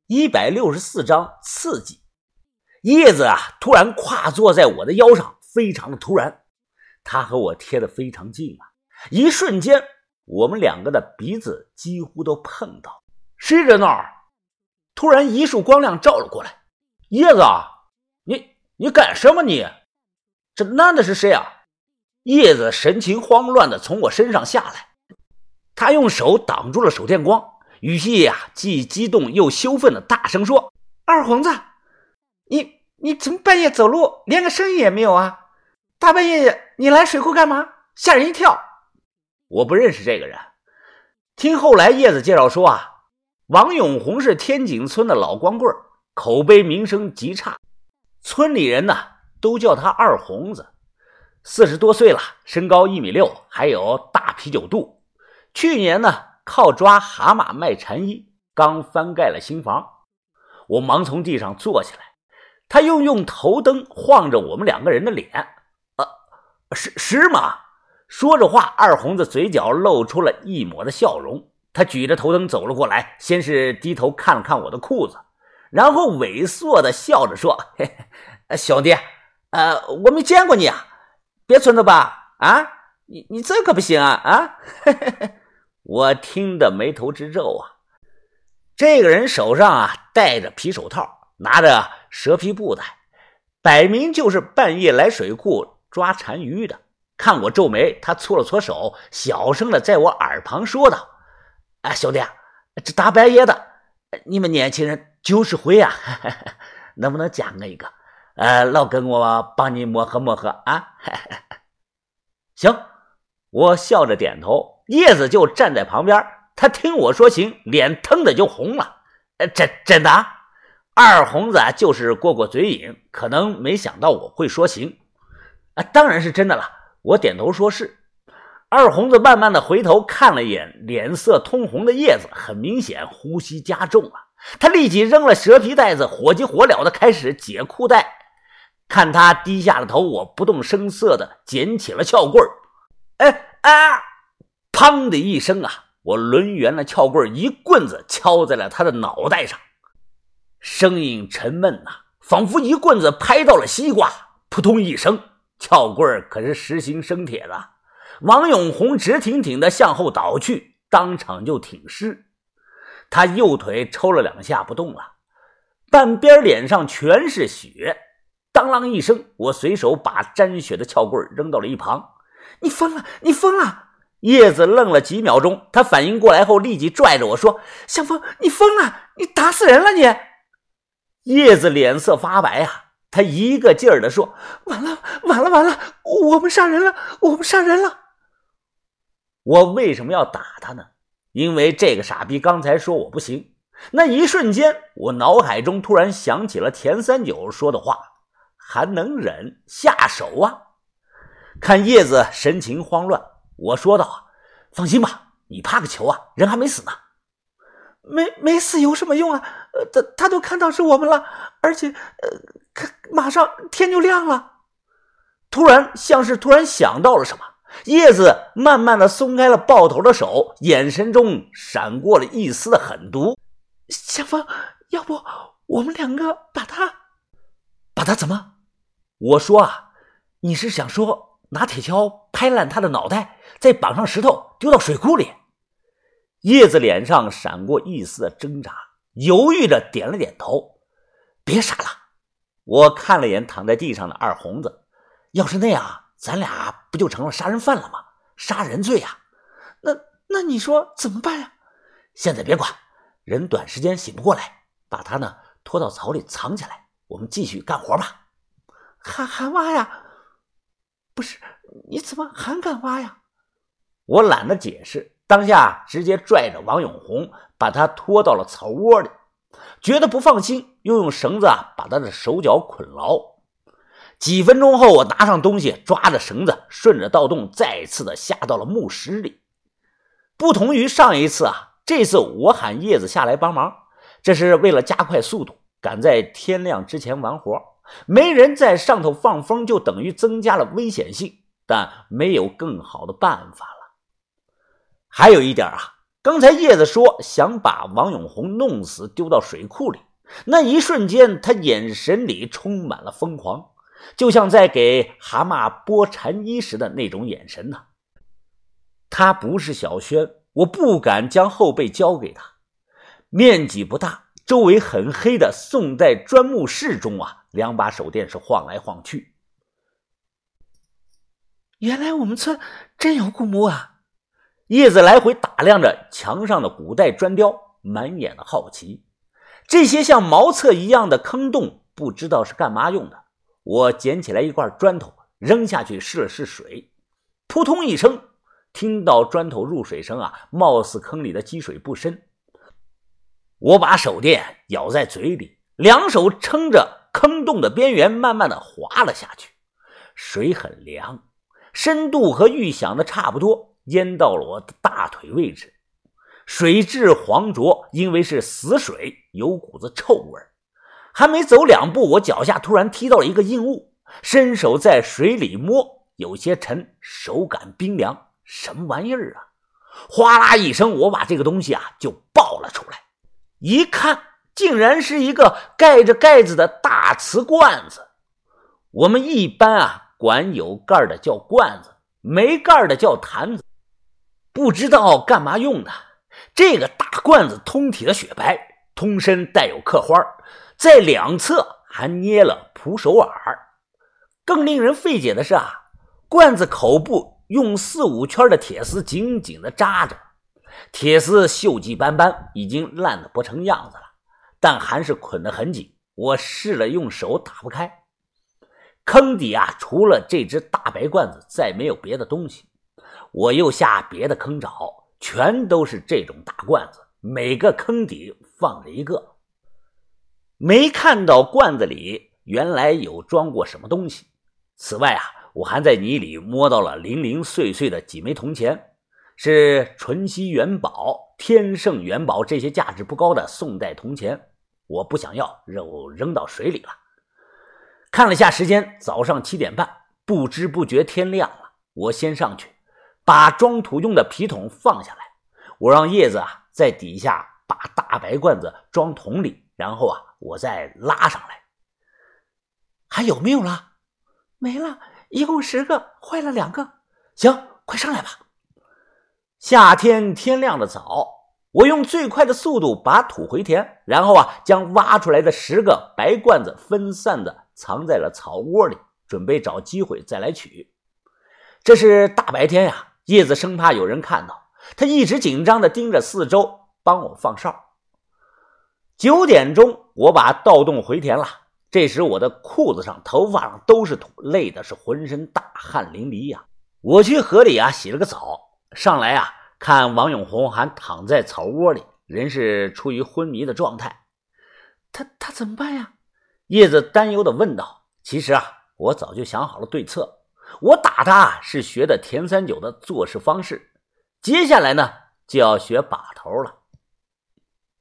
164章刺激。叶子突然跨坐在我的腰上，非常的突然，他和我贴得非常近一瞬间我们两个的鼻子几乎都碰到。谁在那儿？突然一束光亮照了过来。叶子，你干什么你？这男的是谁啊？叶子神情慌乱的从我身上下来，他用手挡住了手电光，语气既激动又羞愤的大声说： 二红子，你怎么半夜走路连个声音也没有啊？大半夜你来水库干嘛？吓人一跳。 我不认识这个人。听后来叶子介绍说王永红是天井村的老光棍，口碑名声极差，村里人都叫他二红子。40多岁了，身高1.6米，还有大啤酒肚。去年靠抓蛤蟆卖蝉衣，刚翻盖了新房。我忙从地上坐起来，他又用头灯晃着我们两个人的脸。是吗？说着话，二红子嘴角露出了一抹的笑容。他举着头灯走了过来，先是低头看了看我的裤子，然后猥琐的笑着说：嘿嘿，兄弟，我没见过你别存着吧你这可不行嘿嘿嘿。我听得眉头直皱这个人手上戴着皮手套，拿着蛇皮布袋，摆明就是半夜来水库抓单鱼的。看我皱眉，他搓了搓手，小声的在我耳旁说道：兄弟这大半夜的，你们年轻人就是会能不能讲一个老跟我帮你磨合磨合行，我笑着点头。叶子就站在旁边，他听我说行，脸腾的就红了。真的二红子就是过过嘴瘾，可能没想到我会说行当然是真的了。我点头说是。二红子慢慢的回头看了一眼脸色通红的叶子，很明显呼吸加重了。他立即扔了蛇皮袋子，火急火燎的开始解裤带。看他低下了头，我不动声色的捡起了撬棍砰的一声我抡圆了撬棍，一棍子敲在了他的脑袋上，声音沉闷仿佛一棍子拍到了西瓜，扑通一声，撬棍可是实心生铁的。王永红直挺挺的向后倒去，当场就挺尸。他右腿抽了2下不动了，半边脸上全是血。当啷一声，我随手把沾血的撬棍扔到了一旁。你疯了，你疯了！叶子愣了几秒钟，他反应过来后立即拽着我说：向峰，你疯了，你打死人了你！叶子脸色发白他一个劲儿地说：完了，我们杀人了！我为什么要打他呢？因为这个傻逼刚才说我不行。那一瞬间，我脑海中突然想起了田三九说的话：还能忍，下手看叶子神情慌乱，我说道：放心吧，你怕个球人还没死呢。 没死有什么用他都看到是我们了，而且马上天就亮了。 突然像是想到了什么，叶子慢慢的松开了抱头的手，眼神中闪过了一丝的狠毒。 向峰，要不我们两个把他怎么？我说你是想说拿铁锹拍烂他的脑袋，再绑上石头丢到水库里？叶子脸上闪过一丝的挣扎，犹豫着点了点头。别傻了。我看了眼躺在地上的二红子，要是那样，咱俩不就成了杀人犯了吗？杀人罪那你说怎么办现在别管，人短时间醒不过来，把他拖到草里藏起来，我们继续干活吧。 还挖不是，你怎么还敢挖我懒得解释，当下直接拽着王永红把他拖到了草窝里，觉得不放心，又用绳子把他的手脚捆牢。几分钟后，我拿上东西，抓着绳子，顺着盗洞再次的下到了墓室里。不同于上一次这次我喊叶子下来帮忙，这是为了加快速度，赶在天亮之前完活。没人在上头放风，就等于增加了危险性，但没有更好的办法了。还有一点刚才叶子说想把王永红弄死丢到水库里，那一瞬间他眼神里充满了疯狂，就像在给蛤蟆剥蝉衣时的那种眼神呢。他不是小轩，我不敢将后背交给他。面积不大，周围很黑的宋代砖木室中啊，两把手电是晃来晃去。 原来我们村真有古墓啊！ 叶子来回打量着墙上的古代砖雕，满眼的好奇。这些像茅厕一样的坑洞，不知道是干嘛用的。我捡起来一块砖头，扔下去试了试水，扑通一声，听到砖头入水声啊，貌似坑里的积水不深。我把手电咬在嘴里，两手撑着坑洞的边缘，慢慢的滑了下去。水很凉，深度和预想的差不多，淹到了我的大腿位置。水质黄浊，因为是死水，有股子臭味。还没走两步，我脚下突然踢到了一个硬物，伸手在水里摸，有些沉，手感冰凉。什么玩意儿啊？哗啦一声，我把这个东西啊就抱了出来，一看竟然是一个盖着盖子的大瓷罐子。我们一般啊管有盖的叫罐子，没盖的叫坛子，不知道干嘛用的。这个大罐子通体的雪白，通身带有刻花，在两侧还捏了蒲手耳。更令人费解的是啊，罐子口部用4、5圈的铁丝紧紧地扎着，铁丝锈迹斑斑，已经烂得不成样子了，但还是捆得很紧。我试了用手打不开。坑底啊，除了这只大白罐子，再没有别的东西。我又下别的坑找，全都是这种大罐子，每个坑底放着一个。没看到罐子里原来有装过什么东西。此外啊，我还在泥里摸到了零零碎碎的几枚铜钱，是纯熙元宝、天圣元宝这些价值不高的宋代铜钱。我不想要，扔到水里了。看了下时间，早上7点半，不知不觉天亮了。我先上去把装土用的皮桶放下来，我让叶子啊在底下把大白罐子装桶里，然后啊我再拉上来。 还有没有了？没了，一共10个，坏了2个。行，快上来吧。 夏天天亮的早，我用最快的速度把土回填，然后啊将挖出来的10个白罐子分散的藏在了草窝里，准备找机会再来取。这是大白天呀，叶子生怕有人看到，他一直紧张地盯着四周，帮我放哨。9点钟，我把盗洞回填了。这时我的裤子上、头发上都是土，累的是浑身大汗淋漓呀。我去河里啊洗了个澡，上来啊看王永红还躺在草窝里，人是处于昏迷的状态。 他怎么办呀？ 叶子担忧地问道。其实啊，我早就想好了对策。我打他是学的田三九的做事方式，接下来呢就要学把头了。